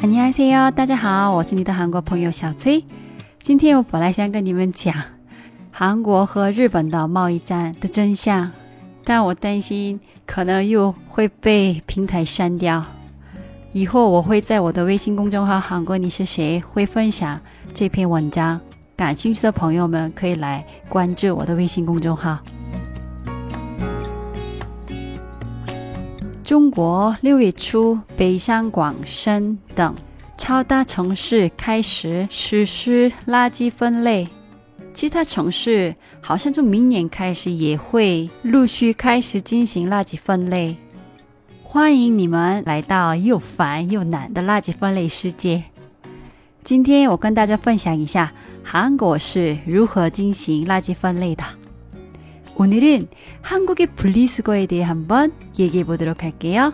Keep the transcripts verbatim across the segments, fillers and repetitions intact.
안녕하세요，大家好，我是你的韩国朋友小崔。今天我本来想跟你们讲韩国和日本的贸易战的真相，但我担心可能又会被平台删掉。以后我会在我的微信公众号韩国你是谁会分享这篇文章，感兴趣的朋友们可以来关注我的微信公众号。中国六月初，北上广深等超大城市开始实施垃圾分类，其他城市好像从明年开始也会陆续开始进行垃圾分类。欢迎你们来到又烦又难的垃圾分类世界。今天我跟大家分享一下韩国是如何进行垃圾分类的。오늘은 한국의 분리수거에 대해 한번 얘기해 보도록 할게요.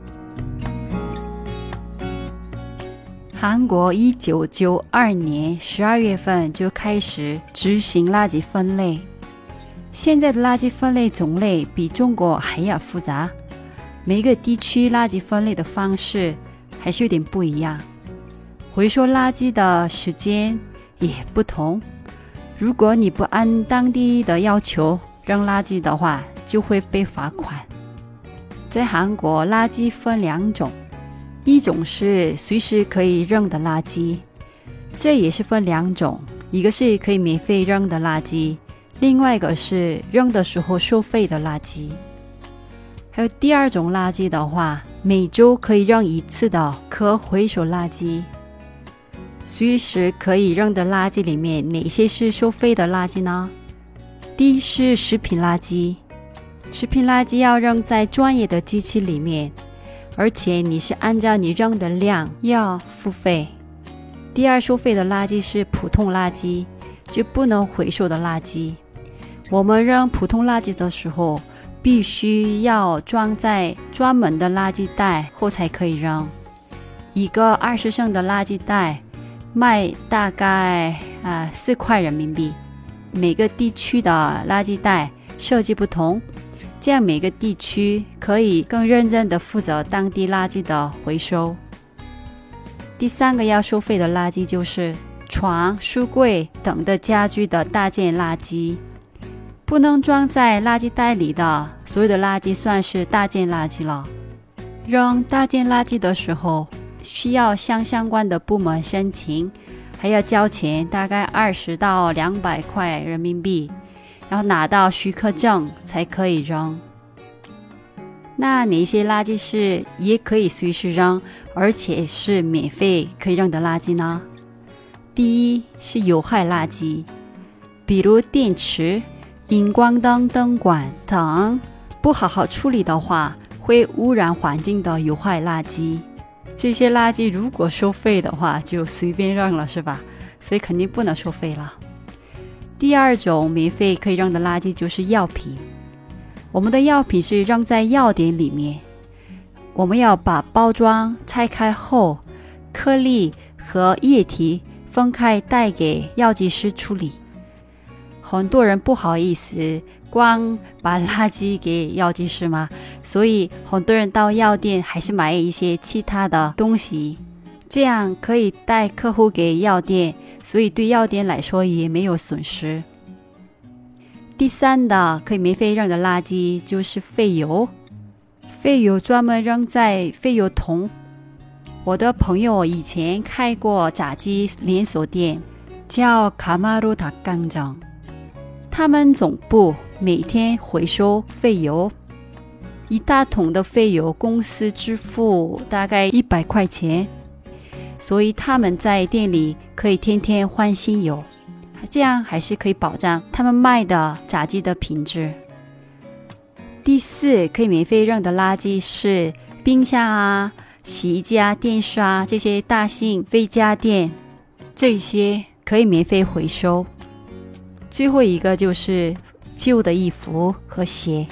韩国一九九二年十二月份就开始执行垃圾分类。现在的垃圾分类种类比中国还要复杂，每个地区垃圾分类的方式还是有点不一样，回收垃圾的时间也不同。如果你不按当地的要求扔垃圾的话，就会被罚款。在韩国，垃圾分两种，一种是随时可以扔的垃圾，这也是分两种，一个是可以免费扔的垃圾，另外一个是扔的时候收费的垃圾。还有第二种垃圾的话，每周可以扔一次的可回收垃圾。随时可以扔的垃圾里面，哪些是收费的垃圾呢？第一是食品垃圾，食品垃圾要扔在专业的机器里面，而且你是按照你扔的量要付费。第二收费的垃圾是普通垃圾，就不能回收的垃圾。我们扔普通垃圾的时候，必须要装在专门的垃圾袋后才可以扔。一个二十升的垃圾袋卖大概啊四块人民币。每个地区的垃圾袋设计不同，这样每个地区可以更认真地负责当地垃圾的回收。第三个要收费的垃圾就是床、书柜等的家居的大件垃圾，不能装在垃圾袋里的所有的垃圾算是大件垃圾了。扔大件垃圾的时候，需要向相关的部门申请，还要交钱，大概二十到两百块人民币，然后拿到许可证才可以扔。那哪些垃圾是也可以随时扔，而且是免费可以扔的垃圾呢？第一是有害垃圾，比如电池、荧光灯灯管等，不好好处理的话，会污染环境的有害垃圾。这些垃圾如果收费的话，就随便扔了，是吧？所以肯定不能收费了。第二种免费可以扔的垃圾就是药品。我们的药品是扔在药店里面，我们要把包装拆开后，颗粒和液体分开带给药剂师处理。很多人不好意思光把垃圾给药剂师嘛，所以很多人到药店还是买一些其他的东西，这样可以带客户给药店，所以对药店来说也没有损失。第三的可以免费扔的垃圾就是废油，废油专门扔在废油桶。我的朋友以前开过炸鸡连锁店，叫卡马鲁达钢장，他们总部每天回收废油，一大桶的废油公司支付大概一百块钱，所以他们在店里可以天天换新油，这样还是可以保障他们卖的炸鸡的品质。第四可以免费扔的垃圾是冰箱啊、洗衣机啊、电视啊，这些大型非家电，这些可以免费回收。最后一个就是旧的衣服和鞋。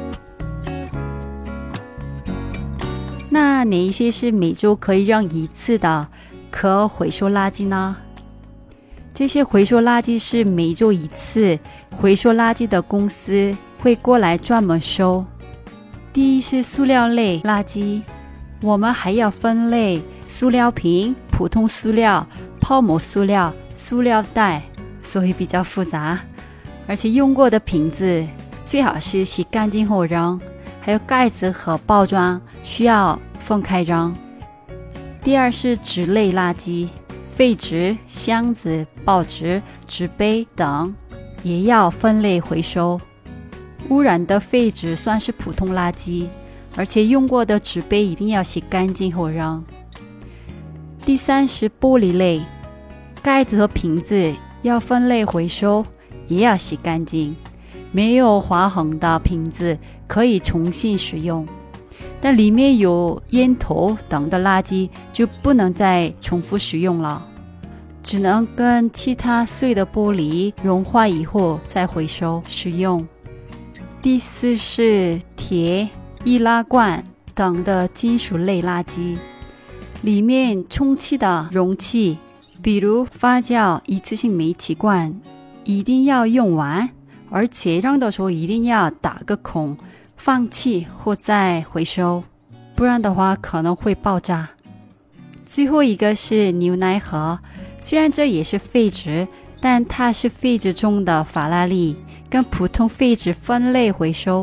那哪一些是每周可以扔一次的可回收垃圾呢？这些回收垃圾是每周一次，回收垃圾的公司会过来专门收。第一是塑料类垃圾，我们还要分类塑料瓶、普通塑料、泡沫塑料、塑料袋，所以比较复杂。而且用过的瓶子最好是洗干净后扔，还有盖子和包装需要分开扔。第二是纸类垃圾，废纸、箱子、报纸、纸杯等也要分类回收。污染的废纸算是普通垃圾，而且用过的纸杯一定要洗干净后扔。第三是玻璃类，盖子和瓶子要分类回收，也要洗干净。没有划痕的瓶子可以重新使用，但里面有烟头等的垃圾就不能再重复使用了，只能跟其他碎的玻璃融化以后再回收使用。第四是铁、易拉罐等的金属类垃圾，里面充气的容器，比如发酵一次性煤气罐，一定要用完，而且扔的时候一定要打个孔，放气或再回收，不然的话可能会爆炸。最后一个是牛奶盒，虽然这也是废纸，但它是废纸中的法拉利，跟普通废纸分类回收。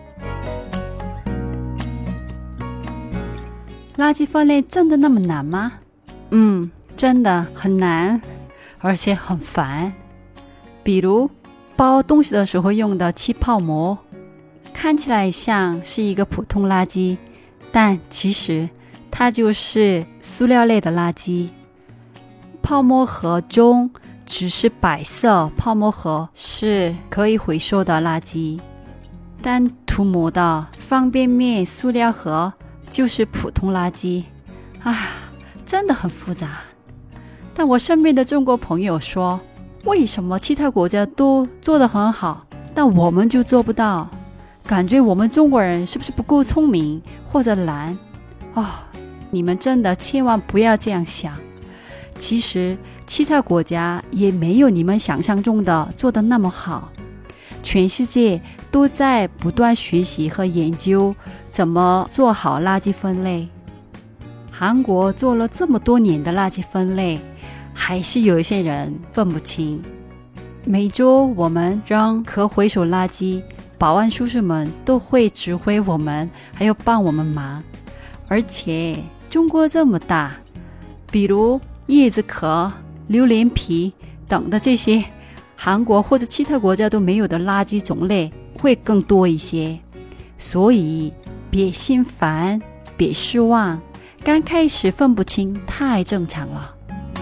垃圾分类真的那么难吗？嗯，真的很难，而且很烦。比如包东西的时候用的气泡膜，看起来像是一个普通垃圾，但其实它就是塑料类的垃圾。泡沫盒中只是白色泡沫盒是可以回收的垃圾，但涂膜的方便面塑料盒就是普通垃圾。啊，真的很复杂。但我身边的中国朋友说，为什么其他国家都做得很好，但我们就做不到？感觉我们中国人是不是不够聪明或者懒？哦，你们真的千万不要这样想。其实其他国家也没有你们想象中的做得那么好，全世界都在不断学习和研究怎么做好垃圾分类。韩国做了这么多年的垃圾分类，还是有一些人分不清。每周我们扔可回收垃圾，保安叔叔们都会指挥我们，还有帮我们忙。而且中国这么大，比如叶子壳、榴莲皮等的这些韩国或者其他国家都没有的垃圾种类会更多一些。所以别心烦，别失望，刚开始分不清太正常了。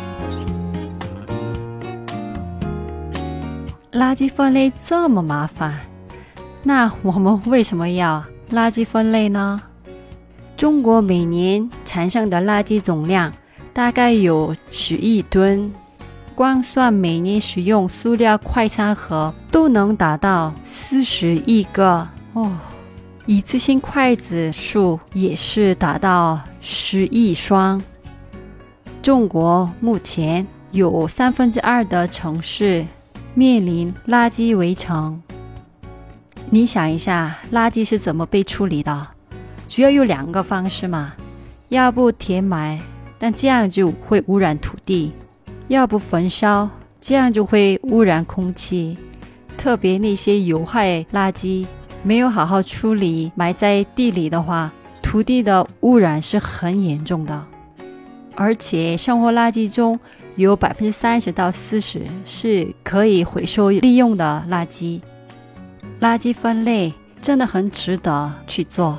垃圾分类这么麻烦，那我们为什么要垃圾分类呢？中国每年产生的垃圾总量大概有十亿吨，光算每年使用塑料快餐盒都能达到四十亿个哦。一次性筷子数也是达到十亿双。中国目前有三分之二的城市面临垃圾围城。你想一下，垃圾是怎么被处理的？主要有两个方式嘛，要不填埋，但这样就会污染土地；要不焚烧，这样就会污染空气。特别那些有害垃圾没有好好处理，埋在地里的话，土地的污染是很严重的。而且生活垃圾中有 百分之三十到四十 是可以回收利用的垃圾。垃圾分类真的很值得去做。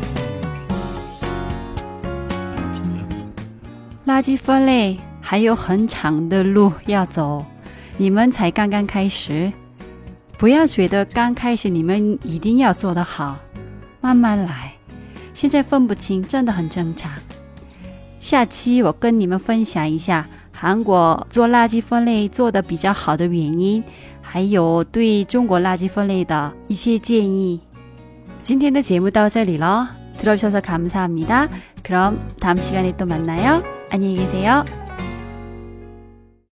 垃圾分类还有很长的路要走，你们才刚刚开始。不要觉得刚开始你们一定要做得好，慢慢来。现在分不清真的很正常。下期我跟你们分享一下韩国做垃圾分类做得比较好的原因，还有对中国垃圾分类的一些建议。今天的节目到这里了，들어주셔서 감사합니다. 그럼 다음 시간에 또 만나요. 안녕히 계세요.